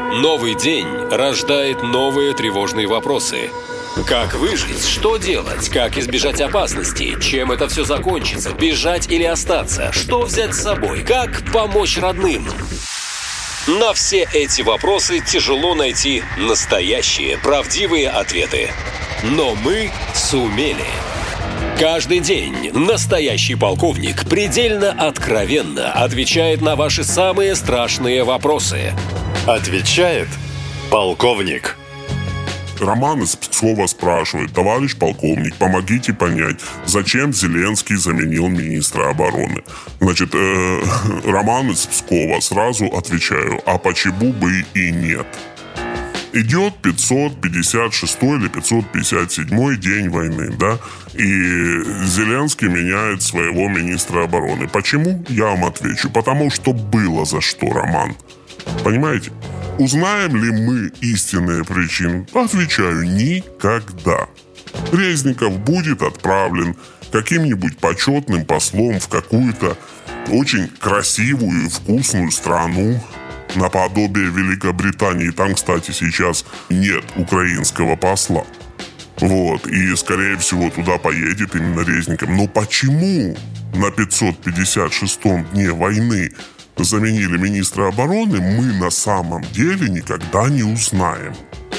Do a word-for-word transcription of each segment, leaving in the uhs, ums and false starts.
Новый день рождает новые тревожные вопросы. Как выжить? Что делать? Как избежать опасности? Чем это все закончится? Бежать или остаться? Что взять с собой? Как помочь родным? На все эти вопросы тяжело найти настоящие, правдивые ответы. Но мы сумели. Каждый день настоящий полковник предельно откровенно отвечает на ваши самые страшные вопросы. Отвечает полковник. Роман из Пскова спрашивает: товарищ полковник, помогите понять, зачем Зеленский заменил министра обороны? Значит, э, Роман из Пскова, сразу отвечаю, а почему бы и нет? Идет пятьсот пятьдесят шестой или пятьсот пятьдесят седьмой день войны, да? И Зеленский меняет своего министра обороны. Почему? Я вам отвечу. Потому что было за что, Роман. Понимаете? Узнаем ли мы истинные причины? Отвечаю, никогда. Резников будет отправлен каким-нибудь почетным послом в какую-то очень красивую и вкусную страну, наподобие Великобритании. Там, кстати, сейчас нет украинского посла. Вот, и, скорее всего, туда поедет именно Резников. Но почему на пятьсот пятьдесят шестом дне войны заменили министра обороны, мы на самом деле никогда не узнаем.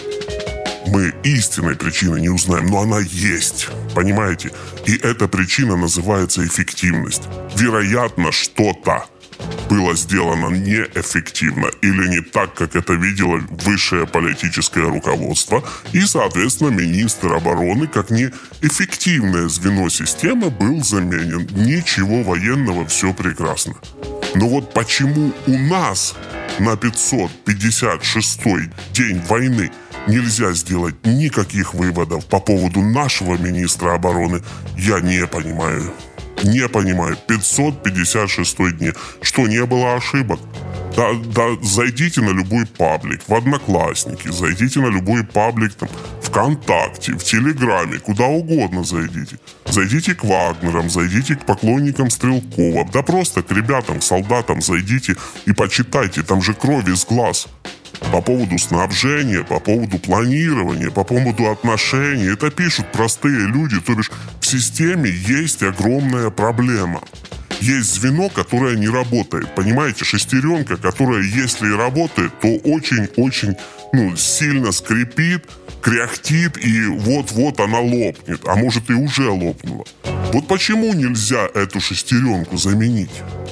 Мы истинной причины не узнаем, но она есть, понимаете? И эта причина называется эффективность. Вероятно, что-то было сделано неэффективно или не так, как это видело высшее политическое руководство, и, соответственно, министр обороны, как неэффективное звено системы, был заменен. Ничего военного, все прекрасно. Но вот почему у нас на пятьсот пятьдесят шестой день войны нельзя сделать никаких выводов по поводу нашего министра обороны, я не понимаю. Не понимаю. пятьсот пятьдесят шестой день. Что, не было ошибок? Да, да, зайдите на любой паблик, в Одноклассники, зайдите на любой паблик там, ВКонтакте, в Телеграме, куда угодно зайдите. Зайдите к Вагнерам, зайдите к поклонникам Стрелкова, да просто к ребятам, к солдатам зайдите и почитайте, там же кровь из глаз. По поводу снабжения, по поводу планирования, по поводу отношений. Это пишут простые люди, то бишь в системе есть огромная проблема. Есть звено, которое не работает. Понимаете, шестеренка, которая, если и работает, то очень-очень ну, сильно скрипит, кряхтит, и вот-вот она лопнет. А может и уже лопнула. Вот почему нельзя эту шестеренку заменить?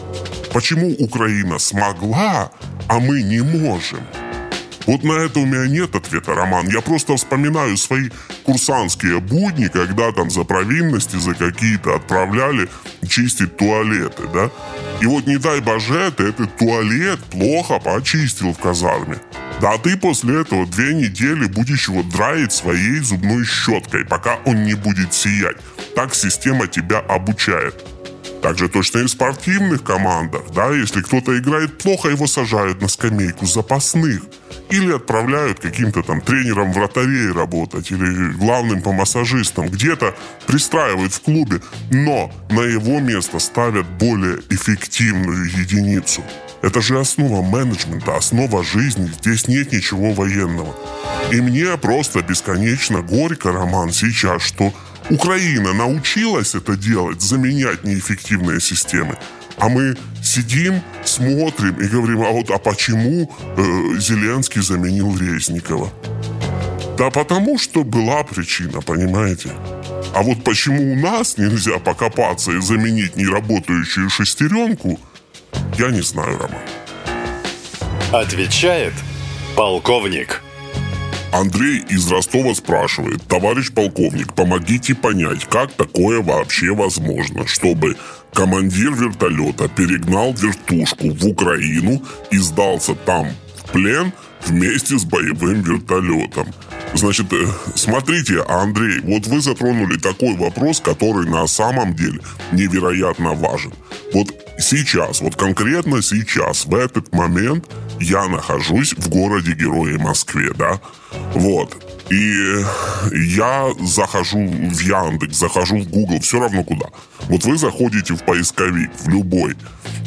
Почему Украина смогла, а мы не можем? Вот на это у меня нет ответа, Роман. Я просто вспоминаю свои курсантские будни, когда там за провинности, за какие-то отправляли чистить туалеты, да? И вот не дай боже, ты этот туалет плохо почистил в казарме. Да ты после этого две недели будешь его драить своей зубной щеткой, пока он не будет сиять. Так система тебя обучает. Также точно и в спортивных командах, да, если кто-то играет плохо, его сажают на скамейку запасных. Или отправляют каким-то там тренером вратарей работать, или главным по массажистам. Где-то пристраивают в клубе, но на его место ставят более эффективную единицу. Это же основа менеджмента, основа жизни. Здесь нет ничего военного. И мне просто бесконечно горько, Роман, сейчас, что Украина научилась это делать, заменять неэффективные системы. А мы сидим, смотрим и говорим, а вот а почему э, Зеленский заменил Резникова? Да потому что была причина, понимаете? А вот почему у нас нельзя покопаться и заменить неработающую шестеренку, я не знаю, Роман. Отвечает полковник. Андрей из Ростова спрашивает: товарищ полковник, помогите понять, как такое вообще возможно, чтобы командир вертолета перегнал вертушку в Украину и сдался там в плен вместе с боевым вертолетом. Значит, смотрите, Андрей, вот вы затронули такой вопрос, который на самом деле невероятно важен. Вот сейчас, вот конкретно сейчас, в этот момент я нахожусь в городе-герое Москве, да, вот. И я захожу в Яндекс, захожу в Google, все равно куда. Вот вы заходите в поисковик, в любой,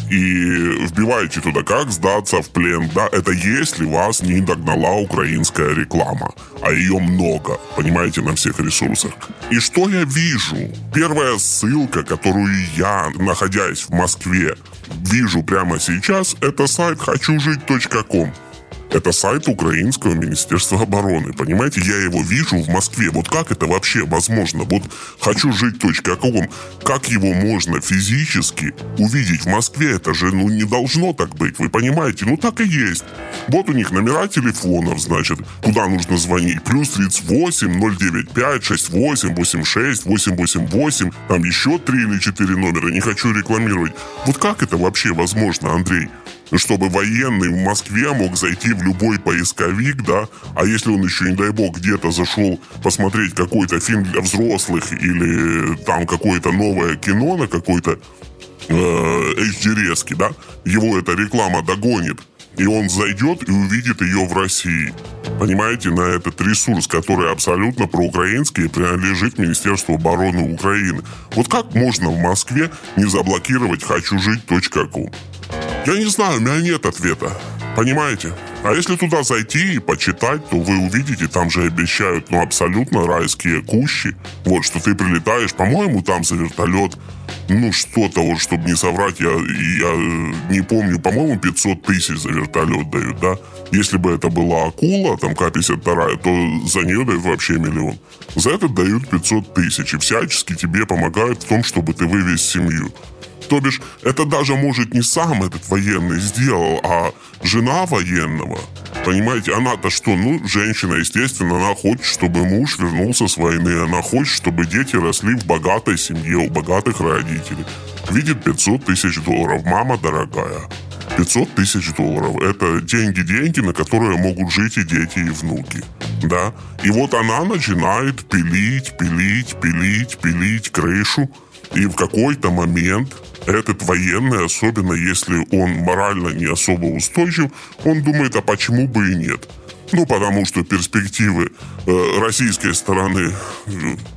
и вбиваете туда, как сдаться в плен, да, это если вас не догнала украинская реклама, а ее много, понимаете, на всех ресурсах. И что я вижу? Первая ссылка, которую я, находясь в Москве, вижу прямо сейчас, это сайт хочу жить точка ком. Это сайт Украинского Министерства обороны. Понимаете, я его вижу в Москве. Вот как это вообще возможно? Вот хочу жить точка ком. Как его можно физически увидеть в Москве? Это же, ну, не должно так быть. Вы понимаете? Ну, так и есть. Вот у них номера телефонов, значит, куда нужно звонить. Плюс тридцать восемь ноль девять пять шесть восемь восемь шесть восемь восемь восемь. Там еще три или четыре номера. Не хочу рекламировать. Вот как это вообще возможно, Андрей? Чтобы военный в Москве мог зайти в любой поисковик, да, а если он еще, не дай бог, где-то зашел посмотреть какой-то фильм для взрослых или там какое-то новое кино на какой-то э, эйч ди-резке, да, его эта реклама догонит, и он зайдет и увидит ее в России. Понимаете, на этот ресурс, который абсолютно проукраинский и принадлежит Министерству обороны Украины. Вот как можно в Москве не заблокировать хочу жить точка ком? Я не знаю, у меня нет ответа. Понимаете? А если туда зайти и почитать, то вы увидите, там же обещают, ну, абсолютно райские кущи. Вот, что ты прилетаешь, по-моему, там за вертолет, ну, что-то, вот, чтобы не соврать, я, я не помню, по-моему, пятьсот тысяч за вертолет дают, да? Если бы это была акула, там, Ка пятьдесят два, то за нее дают вообще миллион. За это дают пятьсот тысяч, и всячески тебе помогают в том, чтобы ты вывез семью. То бишь, это даже, может, не сам этот военный сделал, а жена военного. Понимаете, она-то что? Ну, женщина, естественно, она хочет, чтобы муж вернулся с войны. Она хочет, чтобы дети росли в богатой семье, у богатых родителей. Видит пятьсот тысяч долларов. Мама дорогая. пятьсот тысяч долларов. Это деньги-деньги, на которые могут жить и дети, и внуки. Да? И вот она начинает пилить, пилить, пилить, пилить крышу. И в какой-то момент этот военный, особенно если он морально не особо устойчив, он думает, а почему бы и нет? Ну, потому что перспективы э, российской стороны э,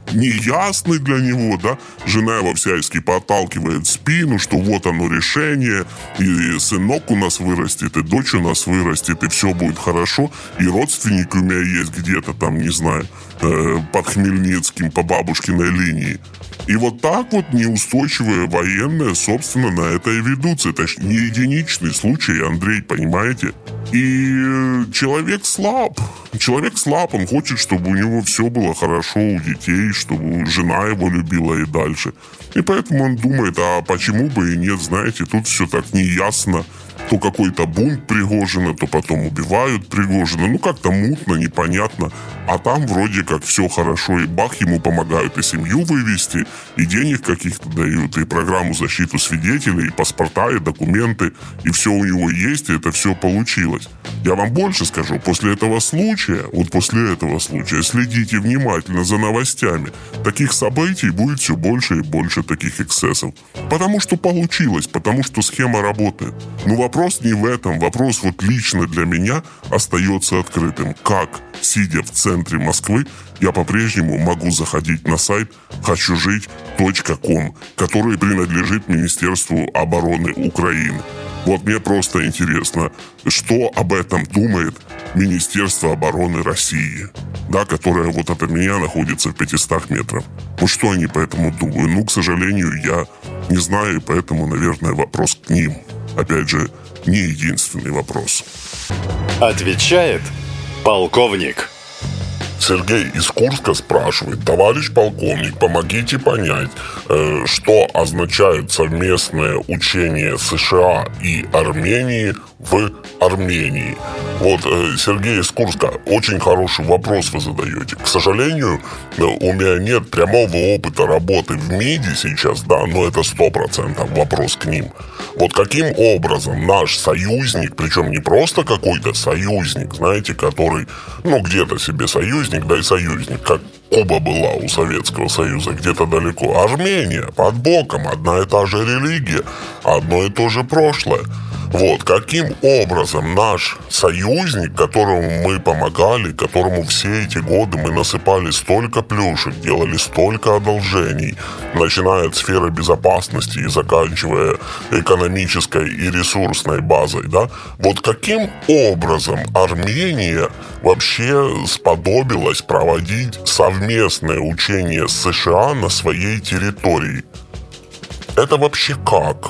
неясны для него, да. Жена его всячески подталкивает в спину, что вот оно решение, и сынок у нас вырастет, и дочь у нас вырастет, и все будет хорошо, и родственники у меня есть где-то там, не знаю, э, под Хмельницким по бабушкиной линии. И вот так вот неустойчивые военные, собственно, на это и ведутся. Это ж не единичный случай, Андрей, понимаете? И человек слаб. Человек слаб, он хочет, чтобы у него все было хорошо у детей, чтобы жена его любила и дальше. И поэтому он думает, а почему бы и нет, знаете, тут все так неясно. То какой-то бунт Пригожина, то потом убивают Пригожина. Ну, как-то мутно, непонятно. А там вроде как все хорошо. И бах, ему помогают и семью вывести, и денег каких-то дают, и программу защиты свидетелей, и паспорта, и документы. И все у него есть, и это все получилось. Я вам больше скажу. После этого случая, вот после этого случая, следите внимательно за новостями. Таких событий будет все больше и больше, таких эксцессов. Потому что получилось, потому что схема работает. Ну, вопрос не в этом. Вопрос вот лично для меня остается открытым. Как, сидя в центре Москвы, я по-прежнему могу заходить на сайт хочу жить точка ком, который принадлежит Министерству обороны Украины. Вот мне просто интересно, что об этом думает Министерство обороны России, да, которое вот от меня находится в пятистах метрах. Вот что они по этому думают? Ну, к сожалению, я не знаю, и поэтому, наверное, вопрос к ним. Опять же, не единственный вопрос. Отвечает полковник. Сергей из Курска спрашивает: товарищ полковник, помогите понять, э, что означает совместное учение США и Армении в Армении. Вот, э, Сергей из Курска, очень хороший вопрос вы задаете. К сожалению, э, у меня нет прямого опыта работы в МИДе сейчас, да, но это сто процентов вопрос к ним. Вот каким образом наш союзник, причем не просто какой-то союзник, знаете, который, ну, где-то себе союзник, да и союзник, как Куба была у Советского Союза, где-то далеко. Армения, под боком, одна и та же религия, одно и то же прошлое. Вот, каким образом наш союзник, которому мы помогали, которому все эти годы мы насыпали столько плюшек, делали столько одолжений, начиная от сферы безопасности и заканчивая экономической и ресурсной базой, да, вот каким образом Армения вообще сподобилась проводить совместное учение с США на своей территории? Это вообще как?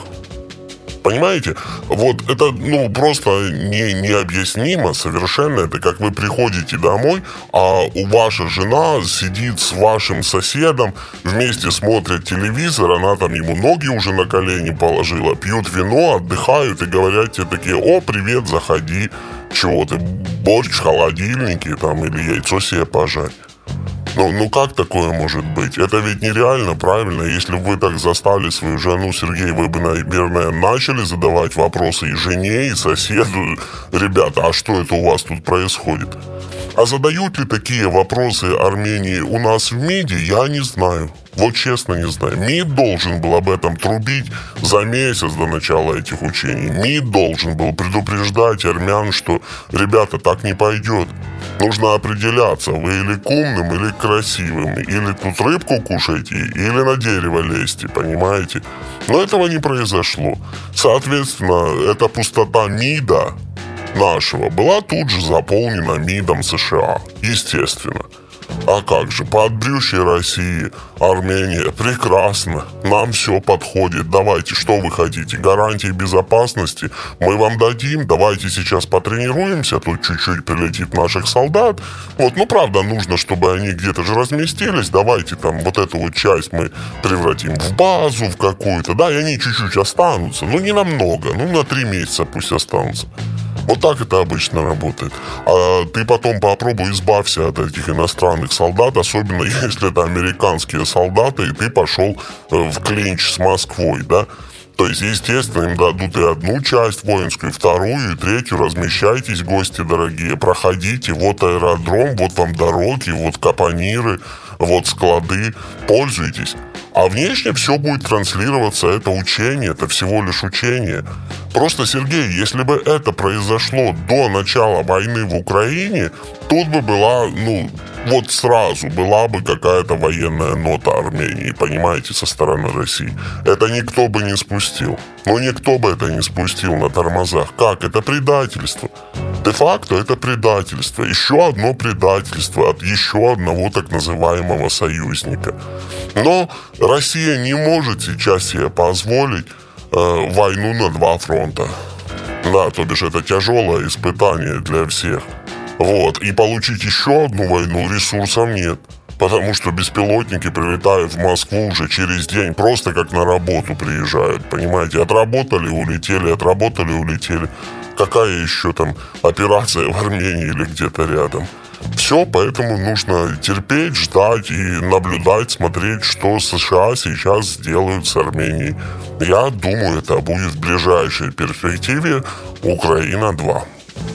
Понимаете? Вот это, ну, просто не, необъяснимо совершенно. Это как вы приходите домой, а у ваша жена сидит с вашим соседом, вместе смотрят телевизор, она там ему ноги уже на колени положила, пьют вино, отдыхают и говорят тебе такие: о, привет, заходи, чего ты, борщ в холодильнике там или яйцо себе пожарь. Ну, ну как такое может быть? Это ведь нереально, правильно? Если бы вы так застали свою жену, Сергей, вы бы, наверное, начали задавать вопросы и жене, и соседу. Ребята, а что это у вас тут происходит? А задают ли такие вопросы Армении у нас в МИДе, я не знаю. Вот честно не знаю. МИД должен был об этом трубить за месяц до начала этих учений. МИД должен был предупреждать армян, что, ребята, так не пойдет. Нужно определяться, вы или к умным, или к красивым. Или тут рыбку кушаете, или на дерево лезьте, понимаете? Но этого не произошло. Соответственно, эта пустота МИДа нашего была тут же заполнена МИДом США. Естественно. А как же, по отбрюшье России, Армения, прекрасно, нам все подходит, давайте, что вы хотите, гарантии безопасности мы вам дадим, давайте сейчас потренируемся, тут чуть-чуть прилетит наших солдат, вот, ну, правда, нужно, чтобы они где-то же разместились, давайте там вот эту вот часть мы превратим в базу в какую-то, да, и они чуть-чуть останутся, ну, не намного, ну, на три месяца пусть останутся. Вот так это обычно работает. А ты потом попробуй избавься от этих иностранных солдат, особенно если это американские солдаты, и ты пошел в клинч с Москвой, да? То есть, естественно, им дадут и одну часть воинскую, и вторую, и третью. Размещайтесь, гости дорогие, проходите. Вот аэродром, вот вам дороги, вот капониры, вот склады. Пользуйтесь. А внешне все будет транслироваться, это учение, это всего лишь учение. Просто, Сергей, если бы это произошло до начала войны в Украине, тут бы была, ну, вот сразу была бы какая-то военная нота Армении, понимаете, со стороны России. Это никто бы не спустил. Ну, никто бы это не спустил на тормозах. Как? Это предательство. Де-факто это предательство. Еще одно предательство от еще одного так называемого союзника. Но Россия не может сейчас себе позволить э, войну на два фронта. Да, то бишь это тяжелое испытание для всех. Вот. И получить еще одну войну ресурсов нет. Потому что беспилотники прилетают в Москву уже через день, просто как на работу приезжают, понимаете? Отработали, улетели, отработали, улетели. Какая еще там операция в Армении или где-то рядом? Все, поэтому нужно терпеть, ждать и наблюдать, смотреть, что США сейчас сделают с Арменией. Я думаю, это будет в ближайшей перспективе Украина два.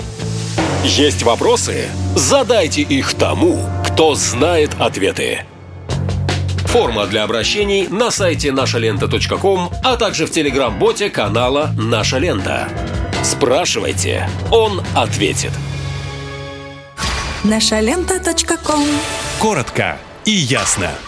Есть вопросы? Задайте их тому, кто знает ответы. Форма для обращений на сайте наша лента точка ком, а также в телеграм-боте канала «Наша лента». Спрашивайте, он ответит. наша лента точка ком. Коротко и ясно.